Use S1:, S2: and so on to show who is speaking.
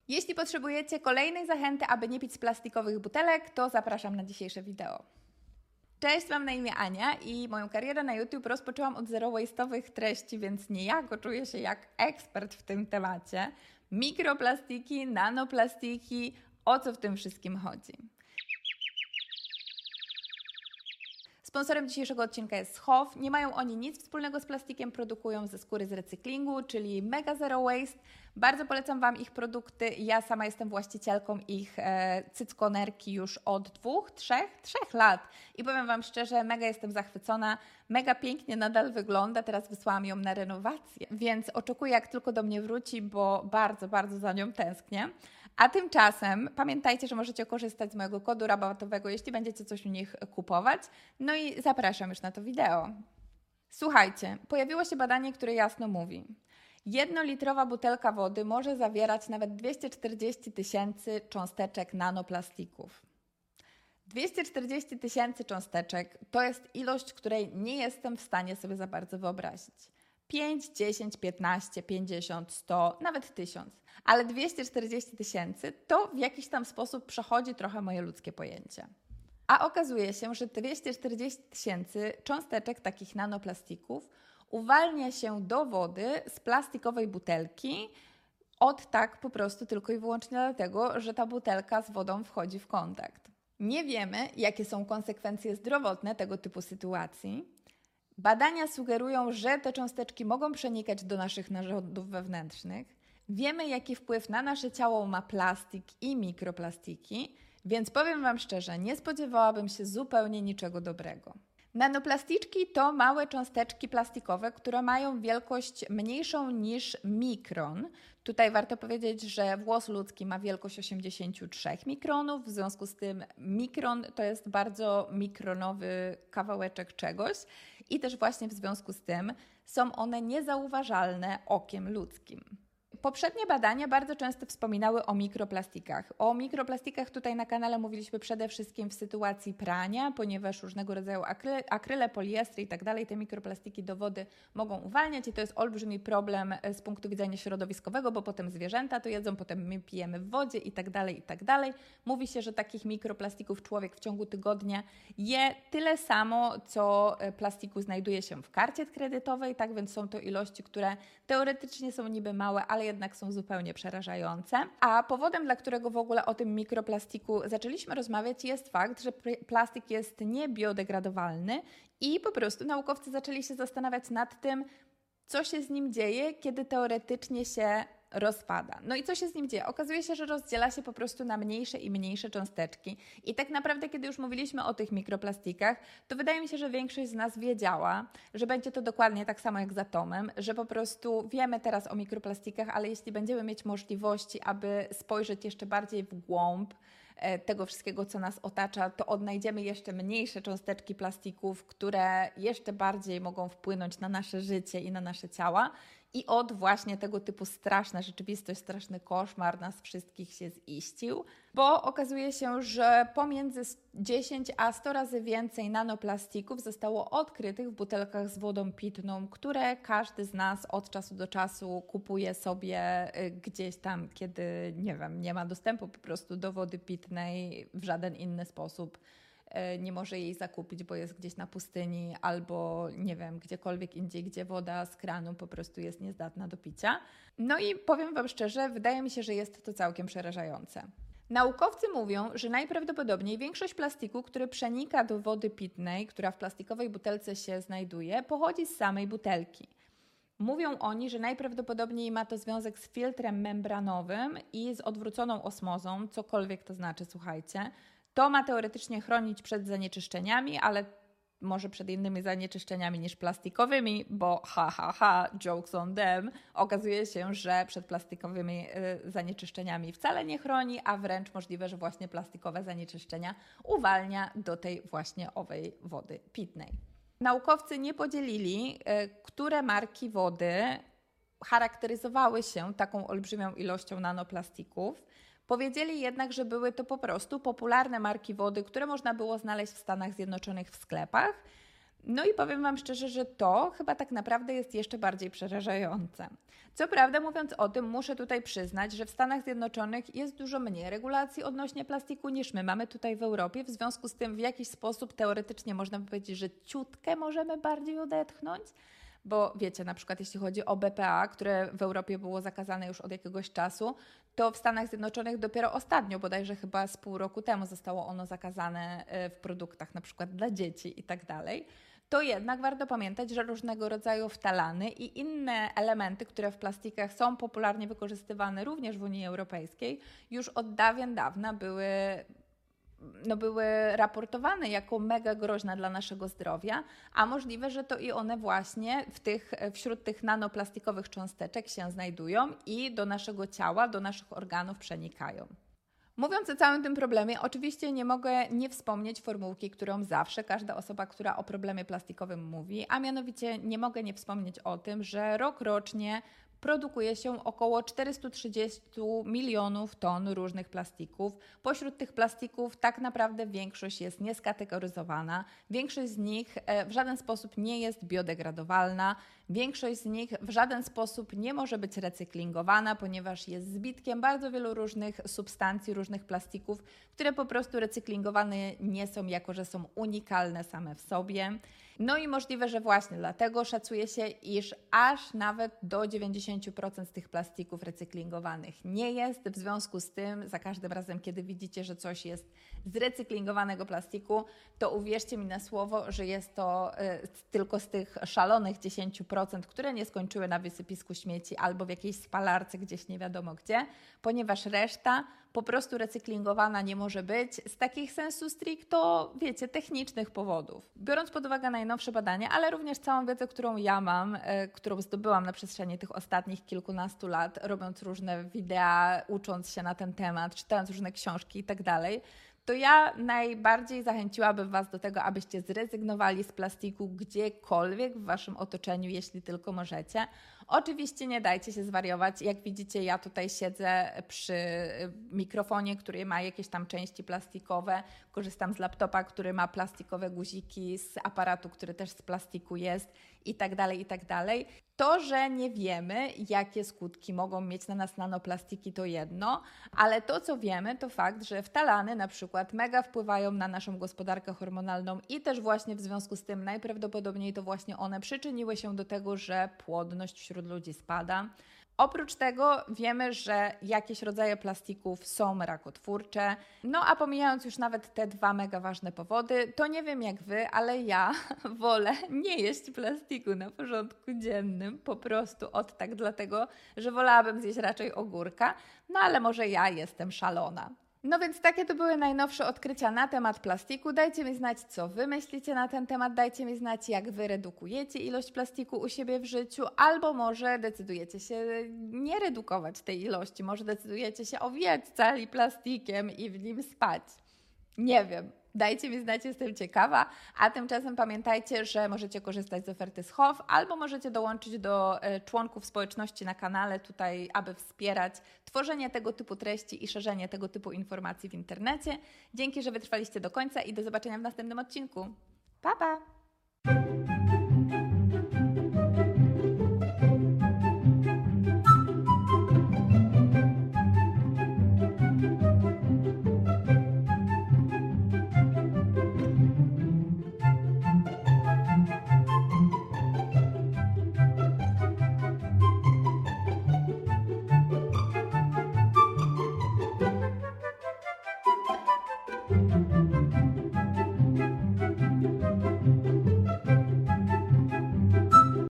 S1: Jeśli potrzebujecie kolejnej zachęty, aby nie pić z plastikowych butelek, to zapraszam na dzisiejsze wideo. Cześć, mam na imię Ania i moją karierę na YouTube rozpoczęłam od zero waste'owych treści, więc niejako czuję się jak ekspert w tym temacie. Mikroplastiki, nanoplastiki, o co w tym wszystkim chodzi? Sponsorem dzisiejszego odcinka jest Hoff. Nie mają oni nic wspólnego z plastikiem, produkują ze skóry z recyklingu, czyli Mega Zero Waste. Bardzo polecam Wam ich produkty. Ja sama jestem właścicielką ich cyckonerki już od 3 lat. I powiem Wam szczerze, mega jestem zachwycona. Mega pięknie nadal wygląda. Teraz wysłałam ją na renowację, więc oczekuję, jak tylko do mnie wróci, bo bardzo, bardzo za nią tęsknię. A tymczasem pamiętajcie, że możecie korzystać z mojego kodu rabatowego, jeśli będziecie coś u nich kupować. No i zapraszam już na to wideo. Słuchajcie, pojawiło się badanie, które jasno mówi: 1-litrowa butelka wody może zawierać nawet 240 000 cząsteczek nanoplastików. 240 000 cząsteczek to jest ilość, której nie jestem w stanie sobie za bardzo wyobrazić. 5, 10, 15, 50, 100, nawet 1000. Ale 240 000 to w jakiś tam sposób przechodzi trochę moje ludzkie pojęcie. A okazuje się, że 240 000 cząsteczek takich nanoplastików uwalnia się do wody z plastikowej butelki tak po prostu tylko i wyłącznie dlatego, że ta butelka z wodą wchodzi w kontakt. Nie wiemy, jakie są konsekwencje zdrowotne tego typu sytuacji. Badania sugerują, że te cząsteczki mogą przenikać do naszych narządów wewnętrznych. Wiemy, jaki wpływ na nasze ciało ma plastik i mikroplastiki, więc powiem Wam szczerze, nie spodziewałabym się zupełnie niczego dobrego. Nanoplasticzki to małe cząsteczki plastikowe, które mają wielkość mniejszą niż mikron. Tutaj warto powiedzieć, że włos ludzki ma wielkość 83 mikronów, w związku z tym mikron to jest bardzo mikronowy kawałeczek czegoś i też właśnie w związku z tym są one niezauważalne okiem ludzkim. Poprzednie badania bardzo często wspominały o mikroplastikach. O mikroplastikach tutaj na kanale mówiliśmy przede wszystkim w sytuacji prania, ponieważ różnego rodzaju akryle, poliestry i tak dalej, te mikroplastiki do wody mogą uwalniać i to jest olbrzymi problem z punktu widzenia środowiskowego, bo potem zwierzęta to jedzą, potem my pijemy w wodzie i tak dalej, i tak dalej. Mówi się, że takich mikroplastików człowiek w ciągu tygodnia je tyle samo, co plastiku znajduje się w karcie kredytowej, tak więc są to ilości, które teoretycznie są niby małe, ale jednak są zupełnie przerażające. A powodem, dla którego w ogóle o tym mikroplastiku zaczęliśmy rozmawiać, jest fakt, że plastik jest niebiodegradowalny i po prostu naukowcy zaczęli się zastanawiać nad tym, co się z nim dzieje, kiedy teoretycznie się rozpada. No i co się z nim dzieje? Okazuje się, że rozdziela się po prostu na mniejsze i mniejsze cząsteczki. I tak naprawdę, kiedy już mówiliśmy o tych mikroplastikach, to wydaje mi się, że większość z nas wiedziała, że będzie to dokładnie tak samo jak z atomem, że po prostu wiemy teraz o mikroplastikach, ale jeśli będziemy mieć możliwości, aby spojrzeć jeszcze bardziej w głąb tego wszystkiego, co nas otacza, to odnajdziemy jeszcze mniejsze cząsteczki plastików, które jeszcze bardziej mogą wpłynąć na nasze życie i na nasze ciała. I właśnie tego typu straszna rzeczywistość, straszny koszmar nas wszystkich się ziścił, bo okazuje się, że pomiędzy 10 a 100 razy więcej nanoplastików zostało odkrytych w butelkach z wodą pitną, które każdy z nas od czasu do czasu kupuje sobie gdzieś tam, kiedy, nie wiem, nie ma dostępu po prostu do wody pitnej w żaden inny sposób. Nie może jej zakupić, bo jest gdzieś na pustyni albo nie wiem, gdziekolwiek indziej, gdzie woda z kranu po prostu jest niezdatna do picia. No i powiem Wam szczerze, wydaje mi się, że jest to całkiem przerażające. Naukowcy mówią, że najprawdopodobniej większość plastiku, który przenika do wody pitnej, która w plastikowej butelce się znajduje, pochodzi z samej butelki. Mówią oni, że najprawdopodobniej ma to związek z filtrem membranowym i z odwróconą osmozą, cokolwiek to znaczy, słuchajcie. To ma teoretycznie chronić przed zanieczyszczeniami, ale może przed innymi zanieczyszczeniami niż plastikowymi, bo jokes on them. Okazuje się, że przed plastikowymi zanieczyszczeniami wcale nie chroni, a wręcz możliwe, że właśnie plastikowe zanieczyszczenia uwalnia do tej właśnie owej wody pitnej. Naukowcy nie podzielili, które marki wody charakteryzowały się taką olbrzymią ilością nanoplastików. Powiedzieli jednak, że były to po prostu popularne marki wody, które można było znaleźć w Stanach Zjednoczonych w sklepach. No i powiem Wam szczerze, że to chyba tak naprawdę jest jeszcze bardziej przerażające. Co prawda, mówiąc o tym, muszę tutaj przyznać, że w Stanach Zjednoczonych jest dużo mniej regulacji odnośnie plastiku niż my mamy tutaj w Europie. W związku z tym w jakiś sposób teoretycznie można by powiedzieć, że ciutkę możemy bardziej odetchnąć. Bo wiecie, na przykład jeśli chodzi o BPA, które w Europie było zakazane już od jakiegoś czasu, to w Stanach Zjednoczonych dopiero ostatnio, bodajże chyba z pół roku temu zostało ono zakazane w produktach na przykład dla dzieci i tak dalej. To jednak warto pamiętać, że różnego rodzaju ftalany i inne elementy, które w plastikach są popularnie wykorzystywane również w Unii Europejskiej, już od dawien dawna były raportowane jako mega groźne dla naszego zdrowia, a możliwe, że to i one właśnie wśród tych nanoplastikowych cząsteczek się znajdują i do naszego ciała, do naszych organów przenikają. Mówiąc o całym tym problemie, oczywiście nie mogę nie wspomnieć formułki, którą zawsze każda osoba, która o problemie plastikowym mówi, a mianowicie nie mogę nie wspomnieć o tym, że rocznie produkuje się około 430 milionów ton różnych plastików. Pośród tych plastików tak naprawdę większość jest nieskategoryzowana, większość z nich w żaden sposób nie jest biodegradowalna, większość z nich w żaden sposób nie może być recyklingowana, ponieważ jest zbitkiem bardzo wielu różnych substancji, różnych plastików, które po prostu recyklingowane nie są, jako że są unikalne same w sobie. No i możliwe, że właśnie dlatego szacuje się, iż aż nawet do 90% z tych plastików recyklingowanych nie jest. W związku z tym za każdym razem, kiedy widzicie, że coś jest z recyklingowanego plastiku, to uwierzcie mi na słowo, że jest to tylko z tych szalonych 10%, które nie skończyły na wysypisku śmieci albo w jakiejś spalarce gdzieś nie wiadomo gdzie, ponieważ reszta po prostu recyklingowana nie może być z takich sensu stricto, wiecie, technicznych powodów. Biorąc pod uwagę najnowsze badania, ale również całą wiedzę, którą ja mam, którą zdobyłam na przestrzeni tych ostatnich kilkunastu lat, robiąc różne wideo, ucząc się na ten temat, czytając różne książki i tak dalej, to ja najbardziej zachęciłabym Was do tego, abyście zrezygnowali z plastiku gdziekolwiek w Waszym otoczeniu, jeśli tylko możecie. Oczywiście nie dajcie się zwariować. Jak widzicie, ja tutaj siedzę przy mikrofonie, który ma jakieś tam części plastikowe. Korzystam z laptopa, który ma plastikowe guziki, z aparatu, który też z plastiku jest i tak dalej, i tak dalej. To, że nie wiemy, jakie skutki mogą mieć na nas nanoplastiki, to jedno, ale to, co wiemy, to fakt, że ftalany na przykład mega wpływają na naszą gospodarkę hormonalną i też właśnie w związku z tym najprawdopodobniej to właśnie one przyczyniły się do tego, że płodność wśród ludzi spada. Oprócz tego wiemy, że jakieś rodzaje plastików są rakotwórcze. No a pomijając już nawet te dwa mega ważne powody, to nie wiem jak Wy, ale ja wolę nie jeść plastiku na porządku dziennym. Po prostu tak dlatego, że wolałabym zjeść raczej ogórka. No ale może ja jestem szalona. No więc takie to były najnowsze odkrycia na temat plastiku. Dajcie mi znać, co Wy myślicie na ten temat. Dajcie mi znać, jak Wy redukujecie ilość plastiku u siebie w życiu, albo może decydujecie się nie redukować tej ilości. Może decydujecie się owijać cali plastikiem i w nim spać. Nie wiem. Dajcie mi znać, jestem ciekawa, a tymczasem pamiętajcie, że możecie korzystać z oferty z Hof albo możecie dołączyć do członków społeczności na kanale tutaj, aby wspierać tworzenie tego typu treści i szerzenie tego typu informacji w internecie. Dzięki, że wytrwaliście do końca i do zobaczenia w następnym odcinku. Pa, pa!